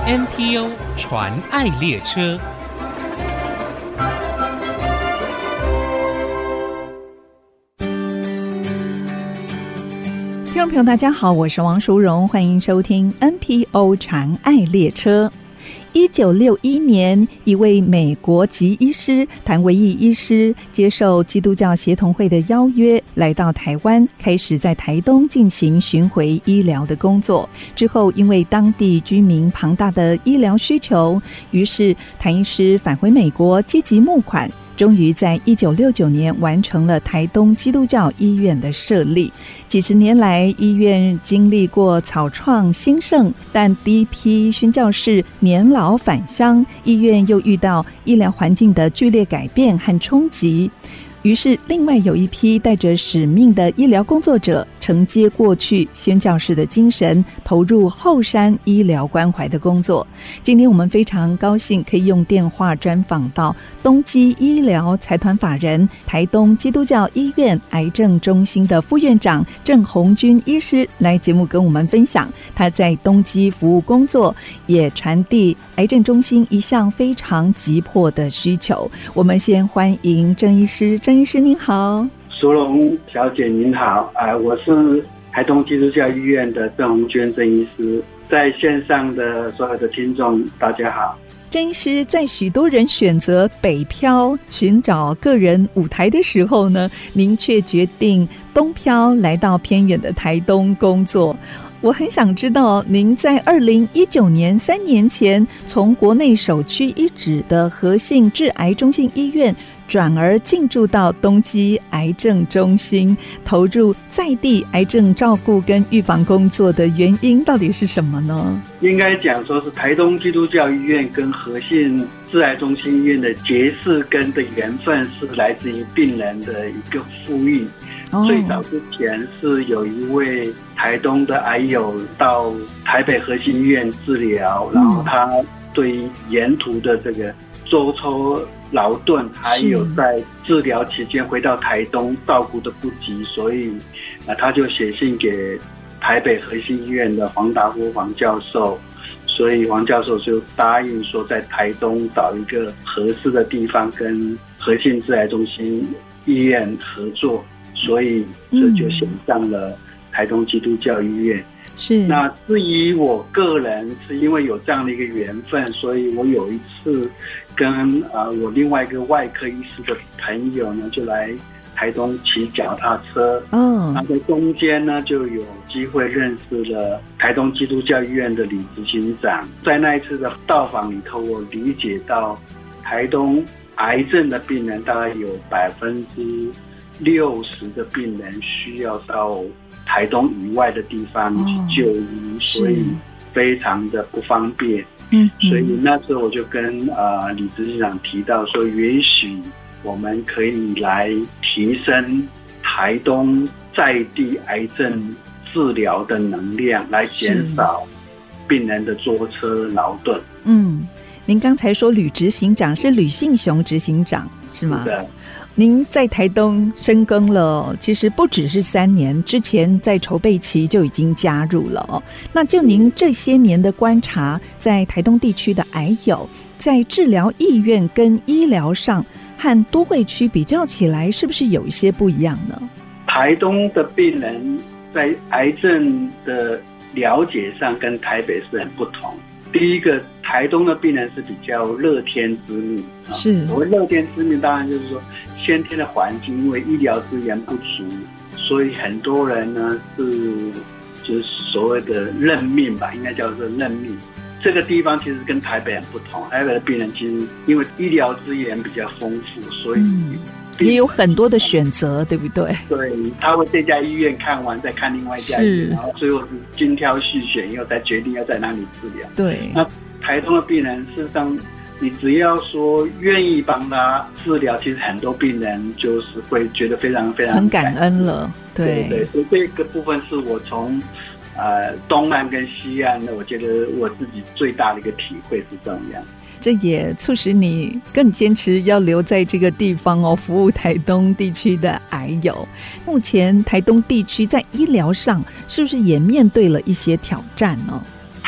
NPO 传爱列车。 听众朋友大家好，我是王淑荣，欢迎收听 NPO 传爱列车。1961年，一位美国籍医师谭维义医师接受基督教协同会的邀约，来到台湾，开始在台东进行巡回医疗的工作。之后，因为当地居民庞大的医疗需求，于是谭医师返回美国，积极募款。终于在1969年完成了台东基督教医院的设立。几十年来，医院经历过草创兴盛，但第一批宣教士年老返乡，医院又遇到医疗环境的剧烈改变和冲击。于是另外有一批带着使命的医疗工作者承接过去宣教士的精神，投入后山医疗关怀的工作。今天我们非常高兴可以用电话专访到东基医疗财团法人台东基督教医院癌症中心的副院长郑红军医师，来节目跟我们分享他在东基服务工作，也传递癌症中心一项非常急迫的需求。我们先欢迎郑医师。郑医师您好。 淑荣小姐您好，我是台东基督教医院的郑红娟郑医师，在线上的所有的听众大家好。 郑医师，在许多人选择北漂寻找个人舞台的时候呢，您却决定东漂来到偏远的台东工作。我很想知道，您在2019年3年前从国内首屈一指的和信致癌中心医院转而进驻到东基癌症中心，投入在地癌症照顾跟预防工作的原因到底是什么呢？ 应该讲说是台东基督教医院跟和信致癌中心医院的结识跟的缘分是来自于病人的一个呼吁。最早之前是有一位台东的癌友到台北和信医院治疗，然后他对于沿途的这个舟车劳顿，还有在治疗期间回到台东照顾的不及，所以他就写信给台北和信医院的黄达夫黄教授，所以黄教授就答应说在台东找一个合适的地方跟和信致癌中心医院合作，所以这就选上了台东基督教医院。是。那至于我个人，是因为有这样的一个缘分，所以我有一次跟我另外一个外科医师的朋友呢，就来台东骑脚踏车。那在中间呢，就有机会认识了台东基督教医院的李执行长。在那一次的到访里头，我理解到台东癌症的病人大概有60%的病人需要到台东以外的地方去就医，所以非常的不方便。所以那时候我就跟李执行长提到说，也许我们可以来提升台东在地癌症治疗的能量，来减少病人的舟车劳顿。 您刚才说吕执行长是吕信雄执行长是吗？ 是的。 您在台东深耕了，其实不只是3年，之前在筹备期就已经加入了。那就您这些年的观察，在台东地区的癌友在治疗意愿跟医疗上和都会区比较起来，是不是有一些不一样呢？ 台东的病人在癌症的了解上跟台北是很不同。第一个，台东的病人是比较乐天知命。是。所谓乐天知命，当然就是说先天的环境，因为医疗资源不足，所以很多人呢就是所谓的认命吧，应该叫做认命。这个地方其实跟台北很不同，台北的病人其实因为医疗资源比较丰富，所以也有很多的选择，对不对？ 对，他会这家医院看完再看另外一家医院，然后最后是精挑细选以后才决定要在哪里治疗。对，那台东的病人事实上你只要说愿意帮他治疗，其实很多病人就是会觉得非常非常很感恩了。对对，所以这个部分是我从东岸跟西岸的，我觉得我自己最大的一个体会是这样。 这也促使你更坚持要留在这个地方服务台东地区的癌友。目前台东地区在医疗上是不是也面对了一些挑战呢？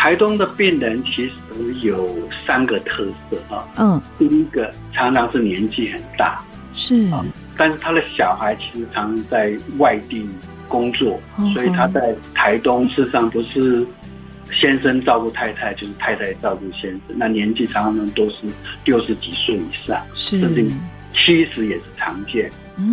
台东的病人其实有3个特色啊。第一个常常是年纪很大， 是但是他的小孩其实常常在外地工作，所以他在台东事实上不是先生照顾太太，就是太太照顾先生。那年纪常常都是60几岁以上，甚至70也是常见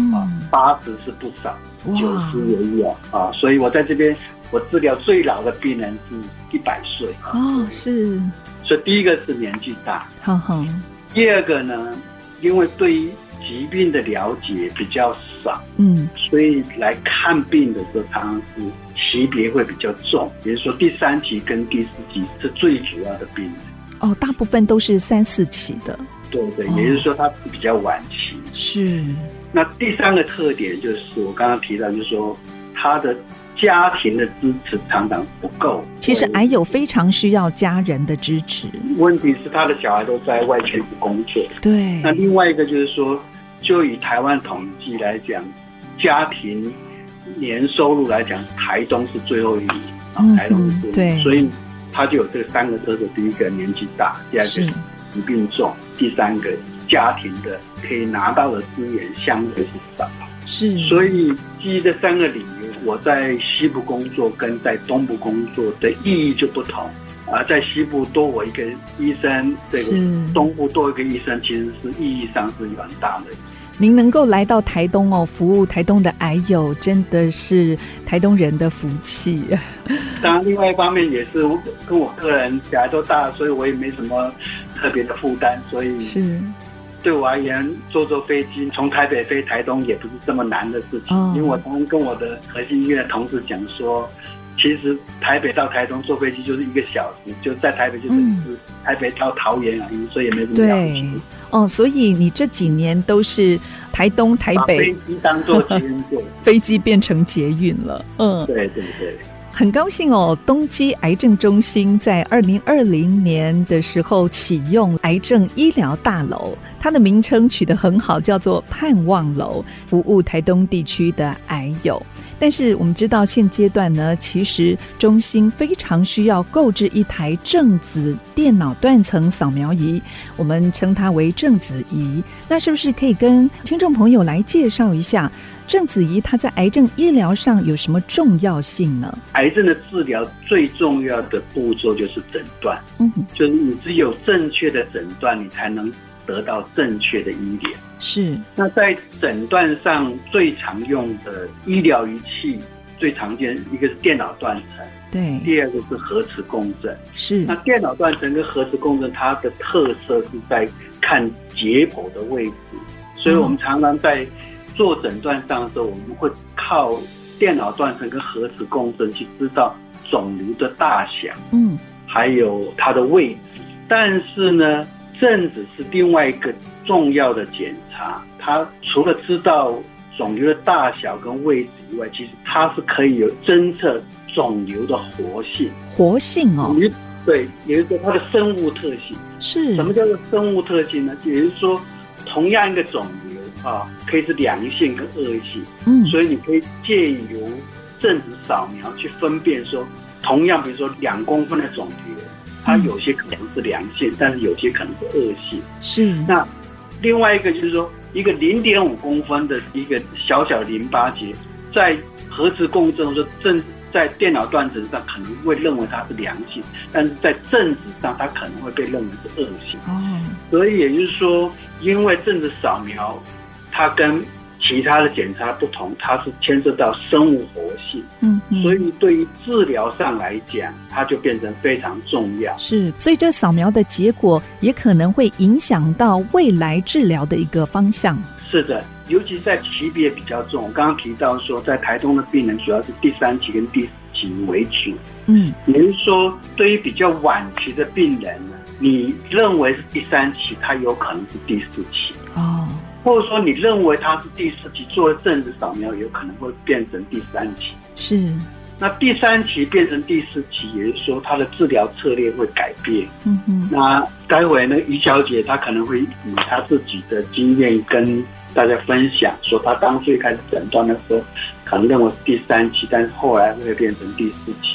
，80是不少，90也有啊。所以我在这边，我治疗最老的病人是100岁是。 所以第一个是年纪大，第二个呢，因为对于疾病的了解比较少，所以来看病的时候常常是级别会比较重，也就是说第3期跟第4期是最主要的病人。 大部分都是3、4期的。 对，也就是说它是比较晚期。 是。 那第3个特点就是我刚刚提到，就是说他的家庭的支持常常不够。 其实癌友非常需要家人的支持。 问题是他的小孩都在外县市工作。 对。那另外一个就是说，就以台湾统计来讲，家庭年收入来讲，台东是最后一名台东是最后一名，所以他就有这3个特色：第一个年纪大，第二个疾病重，第3个家庭的可以拿到的资源相对是少。 是。 所以基于这3个理由，我在西部工作跟在东部工作的意义就不同。在西部多我一个医生，这个东部多一个医生，其实是意义上是有很大的。 您能够来到台东服务台东的癌友，真的是台东人的福气。 当然，另外一方面也是跟我个人小孩都大，所以我也没什么特别的负担，所以是对我而言，坐飞机从台北飞台东也不是这么难的事情。因为我常常跟我的核心医院的同事讲说，其实台北到台东坐飞机就是1个小时，就在台北就是台北到桃园而已，所以也没什么了不起。 所以你这几年都是台东、台北把飞机当作捷运坐， 飞机变成捷运了。 对。 很高兴东基癌症中心在2020年的时候启用癌症医疗大楼，它的名称取得很好，叫做盼望楼，服务台东地区的癌友。但是我们知道现阶段呢，其实中心非常需要购置一台正子电脑断层扫描仪，我们称它为正子仪。那是不是可以跟听众朋友来介绍一下正子仪它在癌症医疗上有什么重要性呢？ 癌症的治疗最重要的步骤就是诊断，就是你只有正确的诊断，你才能得到正确的医疗。 是。那在诊断上最常用的医疗仪器，最常见一个是电脑断层， 对， 第二个是核磁共振。 是。 那电脑断层跟核磁共振，它的特色是在看解剖的位置，所以我们常常在做诊断上的时候，我们会靠电脑断层跟核磁共振去知道肿瘤的大小，还有它的位置。但是呢，正子是另外一个重要的检查，它除了知道肿瘤的大小跟位置以外，其实它是可以有侦测肿瘤的活性。 活性对，也就是说它的生物特性。 是。 什么叫做生物特性呢？也就是说，同样一个肿瘤可以是良性跟恶性，所以你可以借由正子扫描去分辨说，同样比如说2公分的肿瘤，它有些可能是良性，但是有些可能是恶性。 是。 那另外一个就是说，一个0.5公分的一个小小的淋巴结，在核磁共振或者在电脑断层上可能会认为它是良性，但是在正子上它可能会被认为是恶性。所以也就是说，因为正子扫描它跟其他的检查不同，它是牵涉到生物活性，所以对于治疗上来讲，它就变成非常重要。 是，所以这扫描的结果也可能会影响到未来治疗的一个方向。 是的，尤其在级别比较重，我刚刚提到说，在台东的病人主要是第3期跟第4期为主，也就是说，对于比较晚期的病人呢，你认为是第3期，它有可能是第4期。或者说你认为它是第4期，做了正子扫描，有可能会变成第3期。 是。 那第3期变成第4期，也就是说它的治疗策略会改变。那待会呢，于小姐她可能会以她自己的经验跟大家分享，说她当初一开始诊断的时候，可能认为是第3期，但是后来会变成第4期。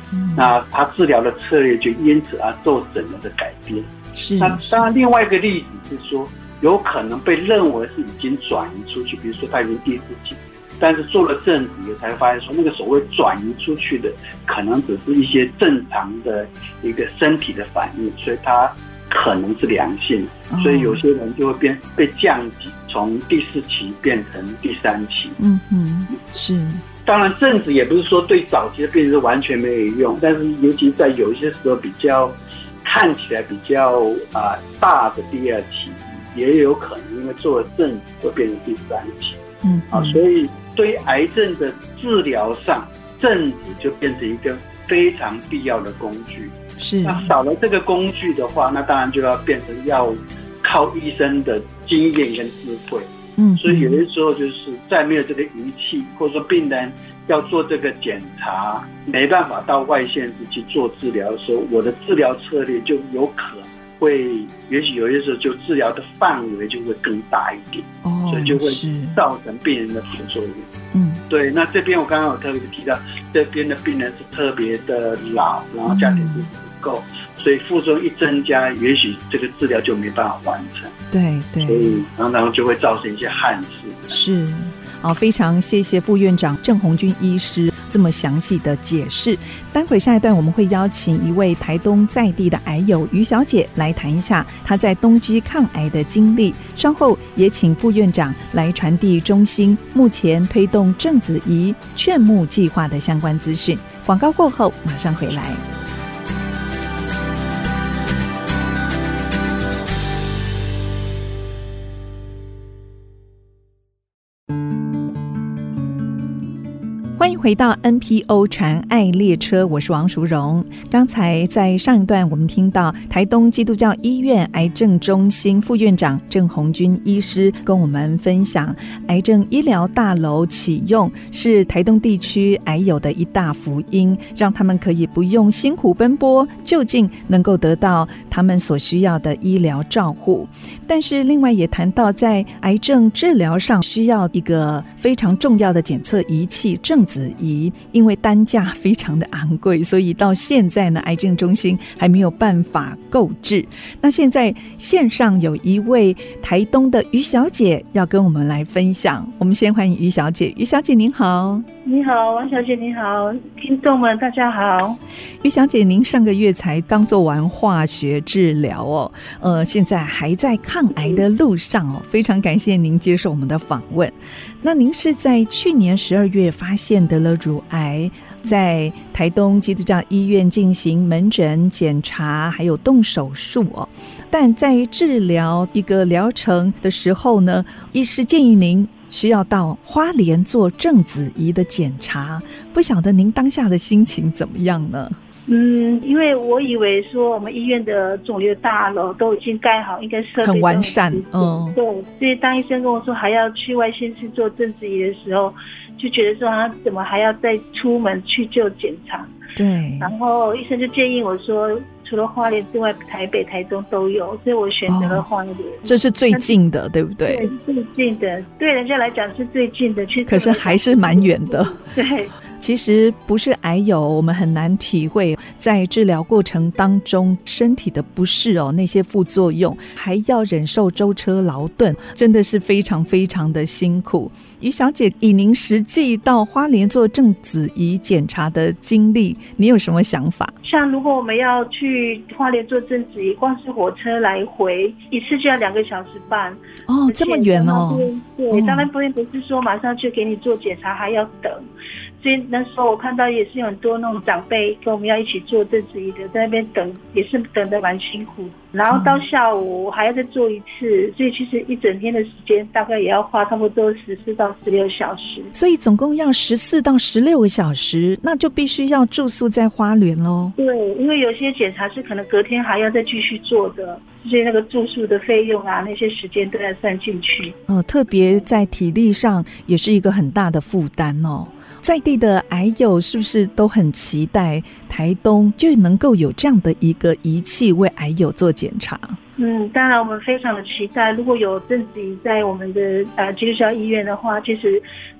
那他治疗的策略就因此而做整个的改变。那当然另外一个例子是说，有可能被认为是已经转移出去，比如说他已经第4期，但是做了阵子以后才发现说，那个所谓转移出去的可能只是一些正常的一个身体的反应，所以它可能是良性，所以有些人就会被降级，从第4期变成第3期。 是。 当然正子也不是说对早期的病人是完全没有用，但是尤其在有一些时候比较看起来比较大的第2期，也有可能因为做了正子会变成第3期。所以对于癌症的治疗上，正子就变成一个非常必要的工具。是。那少了这个工具的话，那当然就要变成要靠医生的经验跟智慧。所以有些时候就是在没有这个仪器，或者说病人要做这个检查，没办法到外县市去做治疗的时候，我的治疗策略就有可能会，也许有些时候就治疗的范围就会更大一点，所以就会造成病人的副作用。对。那这边我刚刚有特别提到，这边的病人是特别的老，然后家庭支持不够，所以副作用一增加，也许这个治疗就没办法完成。对，所以常常就会造成一些憾事。是。 非常谢谢副院长郑红军医师这么详细的解释。待会下一段我们会邀请一位台东在地的癌友于小姐来谈一下她在东基抗癌的经历，稍后也请副院长来传递中心目前推动正子仪劝募计划的相关资讯。广告过后马上回来。欢迎回到 NPO 传爱列车，我是王淑荣。刚才在上一段我们听到台东基督教医院癌症中心副院长郑红军医师跟我们分享，癌症医疗大楼启用是台东地区癌友的一大福音，让他们可以不用辛苦奔波，就近能够得到他们所需要的医疗照护。但是另外也谈到在癌症治疗上需要一个非常重要的检测仪器正子仪，因为单价非常的昂贵，所以到现在呢，癌症中心还没有办法购置。那现在线上有一位台东的于小姐要跟我们来分享，我们先欢迎于小姐。于小姐您好。 你好，王小姐你好，听众们大家好。 于小姐，您上个月才刚做完化学治疗哦，现在还在抗癌的路上哦，非常感谢您接受我们的访问。那您是在去年12月发现得了乳癌，在台东基督教医院进行门诊检查，还有动手术哦。但在治疗一个疗程的时候呢，医师建议您需要到花莲做正子仪的检查，不晓得您当下的心情怎么样呢？ 因为我以为说我们医院的肿瘤大楼都已经盖好，应该设备很完善， 对，所以当医生跟我说还要去外县市做正子仪的时候，就觉得说他怎么还要再出门去做检查？对，然后医生就建议我说，除了花莲之外，台北、台中都有，所以我选择了花莲。 这是最近的，对不对？ 对，最近的，对人家来讲是最近的， 可是还是蛮远的。 对。 其实不是癌友，我们很难体会在治疗过程当中身体的不适哦，那些副作用，还要忍受舟车劳顿，真的是非常非常的辛苦。于小姐，以您实际到花莲做正子仪检查的经历，你有什么想法？ 像如果我们要去花莲做正子仪，光是火车来回一次就要2个小时半哦，这么远哦。 对，当然不是说马上就给你做检查，还要等。所以那时候我看到也是有很多那种长辈跟我们要一起做正子仪的，在那边等，也是等得蛮辛苦。然后到下午还要再做一次，所以其实一整天的时间大概也要花差不多14到16小时。 所以总共要14到16个小时，那就必须要住宿在花莲咯。 对，因为有些检查是可能隔天还要再继续做的，所以那个住宿的费用啊，那些时间都要算进去。 特别在体力上也是一个很大的负担哦。在地的癌友是不是都很期待台东就能够有这样的一个仪器为癌友做检查？ 当然我们非常的期待，如果有正子仪在我们的基督教医院的话，其实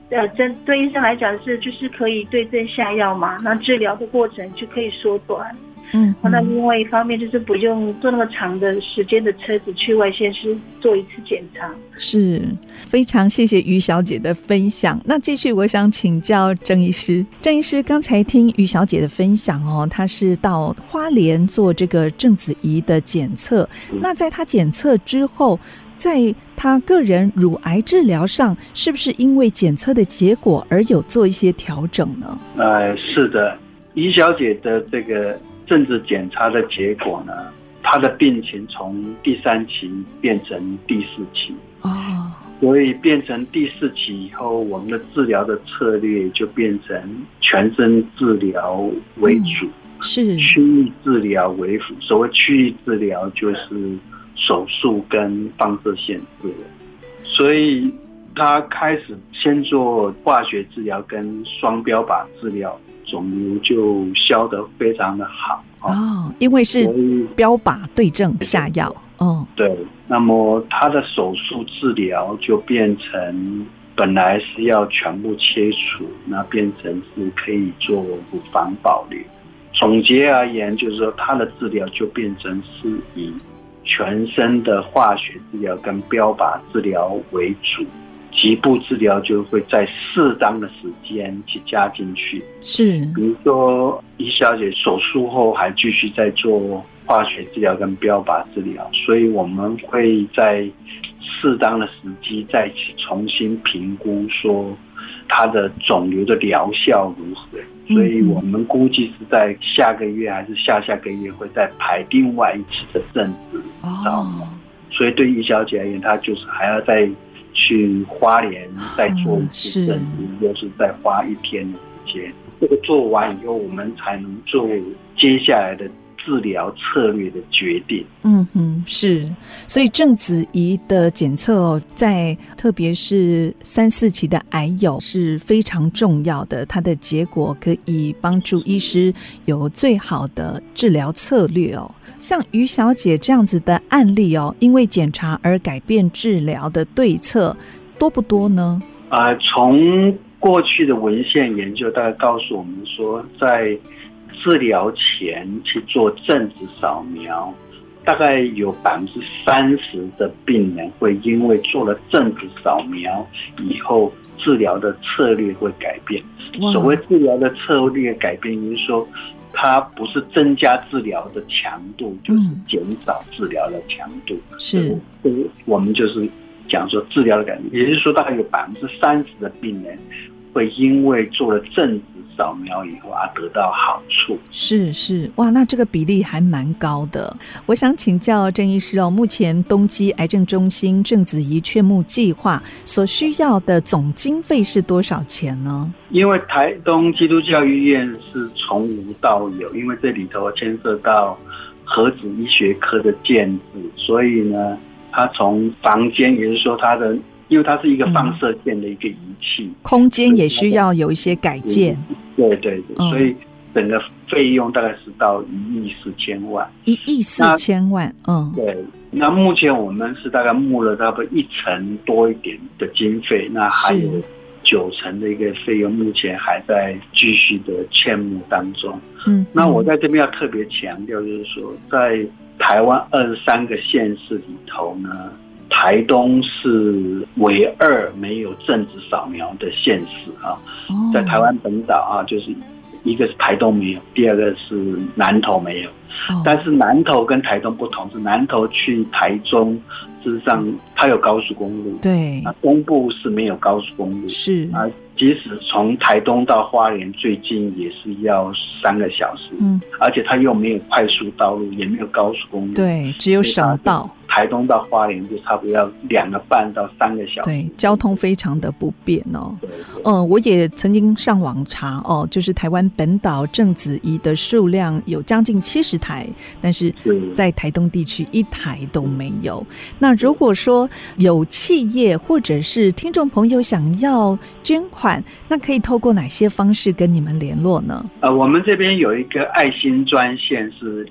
对医生来讲就是可以对症下药嘛，那治疗的过程就可以缩短。那另外一方面就是不用坐那么长的时间的车子去外县市做一次检查。 是，非常谢谢于小姐的分享。那继续我想请教郑医师。郑医师刚才听于小姐的分享哦，她是到花莲做这个正子仪的检测，那在她检测之后，在她个人乳癌治疗上是不是因为检测的结果而有做一些调整呢？ 是的，于小姐的这个正子检查的结果呢，她的病情从第3期变成第4期所以变成第4期以后，我们的治疗的策略就变成全身治疗为主， 是区域治疗为辅。所谓区域治疗就是手术跟放射线治疗，所以她开始先做化学治疗跟双标靶治疗，肿瘤就消得非常的好因为是标靶对症下药。 对，那么他的手术治疗就变成本来是要全部切除，那变成是可以做乳房保留。总结而言，就是说他的治疗就变成是以全身的化学治疗跟标靶治疗为主，局部治疗就会在适当的时间去加进去。 是， 比如说于小姐手术后还继续在做化学治疗跟标靶治疗，所以我们会在适当的时机再去重新评估说它的肿瘤的疗效如何。所以我们估计是在下个月还是下下个月会再排另外一次的正子扫描。所以对于小姐而言，她就是还要再去花莲再做一次正子，又是再花1天的时间。这个做完以后，我们才能做接下来的治疗策略的决定。 是，所以正子仪的检测在特别是3、4期的癌友是非常重要的，它的结果可以帮助医师有最好的治疗策略哦。像于小姐这样子的案例哦，因为检查而改变治疗的对策多不多呢？ 从过去的文献研究大概告诉我们说，在治疗前去做正子扫描，大概有30%的病人会因为做了正子扫描以后，治疗的策略会改变。所谓治疗的策略改变，就是说它不是增加治疗的强度，就是减少治疗的强度。是，我们就是讲说治疗的改变，也就是说大概有30%的病人会因为做了正子扫描以后而得到好处。是， 哇，那这个比例还蛮高的。我想请教郑医师哦，目前东基癌症中心正子仪劝募计划所需要的总经费是多少钱呢？ 因为台东基督教医院是从无到有，因为这里头牵涉到核子医学科的建制，所以呢，它从房间，也就是说它的，因为它是一个放射线的一个仪器，空间也需要有一些改建。对，所以整个费用大概是到1亿4千万。1亿4千万，对。那目前我们是大概募了差不多1成多一点的经费，那还有9成的一个费用，目前还在继续的劝募当中。那我在这边要特别强调，就是说，在台湾23个县市里头呢，台东是唯2没有正子扫描的县市啊，在台湾本岛啊，就是一个是台东没有，第二个是南投没有。但是南投跟台东不同，是南投去台中，事实上它有高速公路，对，东部是没有高速公路，是啊，即使从台东到花莲最近也是要3个小时，而且它又没有快速道路，也没有高速公路，对，只有省道。台东到花莲就差不多要2个半到3个小时，对，交通非常的不便哦。我也曾经上网查哦，就是台湾本岛正子仪的数量有将近70台，但是在台东地区1台都没有。那如果说有企业或者是听众朋友想要捐款，那可以透过哪些方式跟你们联络呢？我们这边有一个爱心专线是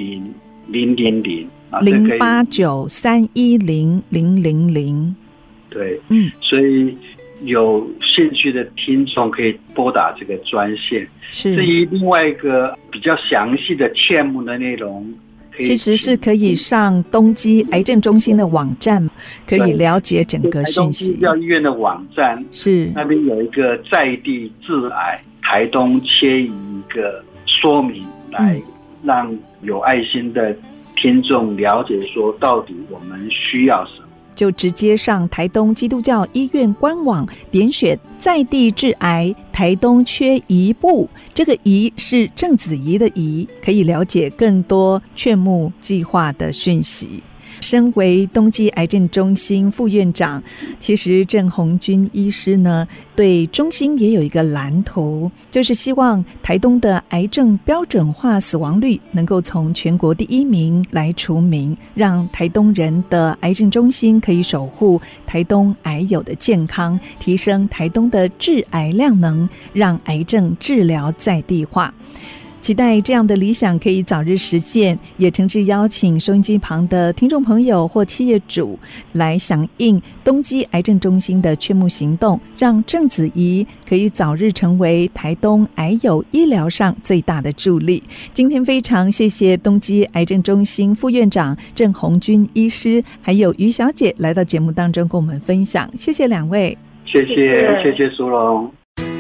089-310-000，089-310-000。 对，所以有兴趣的听众可以拨打这个专线。至于另外一个比较详细的切目的内容， 其实是可以上东基癌症中心的网站，可以了解整个讯息。台东基督教医院的网站是那边有一个在地致癌台东切一个说明，来让有爱心的听众了解说到底我们需要什么。 就直接上台东基督教医院官网，点选在地致癌台东缺遗部，这个遗是郑子怡的遗，可以了解更多劝募计划的讯息。身为东基癌症中心副院长，其实郑红军医师呢，对中心也有一个蓝图，就是希望台东的癌症标准化死亡率能够从全国第1名来除名，让台东人的癌症中心可以守护台东癌友的健康，提升台东的治癌量能，让癌症治疗在地化。期待这样的理想可以早日实现，也诚挚邀请收音机旁的听众朋友或企业主来响应东基癌症中心的劝募行动，让郑子怡可以早日成为台东癌友医疗上最大的助力。今天非常谢谢东基癌症中心副院长郑红军医师还有于小姐来到节目当中跟我们分享，谢谢两位。 谢谢苏荣。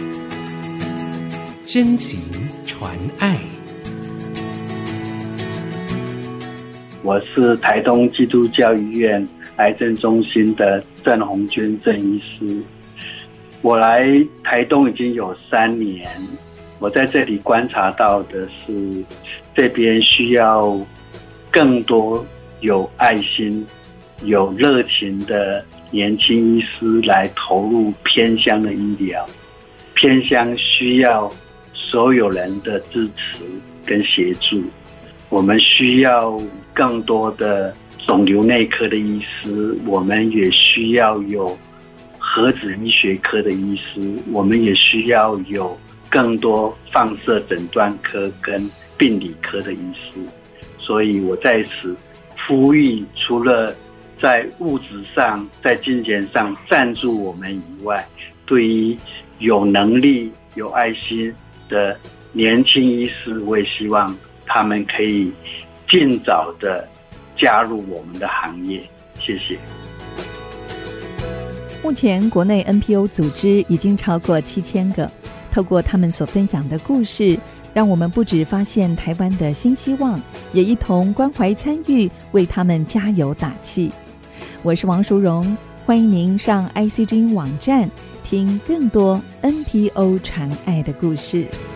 真情传爱。 我是台东基督教医院癌症中心的郑红军郑医师。我来台东已经有3年，我在这里观察到的是，这边需要更多有爱心、有热情的年轻医师来投入偏乡的医疗。偏乡需要所有人的支持跟协助，我们需要更多的肿瘤内科的医师，我们也需要有核子医学科的医师，我们也需要有更多放射诊断科跟病理科的医师。所以我在此呼吁，除了在物质上、在金钱上赞助我们以外，对于有能力、有爱心的年轻医师，我也希望他们可以尽早的加入我们的行业。谢谢。 目前国内 NPO 组织已经超过7000个，透过他们所分享的故事，让我们不只发现台湾的新希望，也一同关怀参与，为他们加油打气。我是王淑荣，欢迎您上 ICG 网站听更多 NPO 传爱的故事。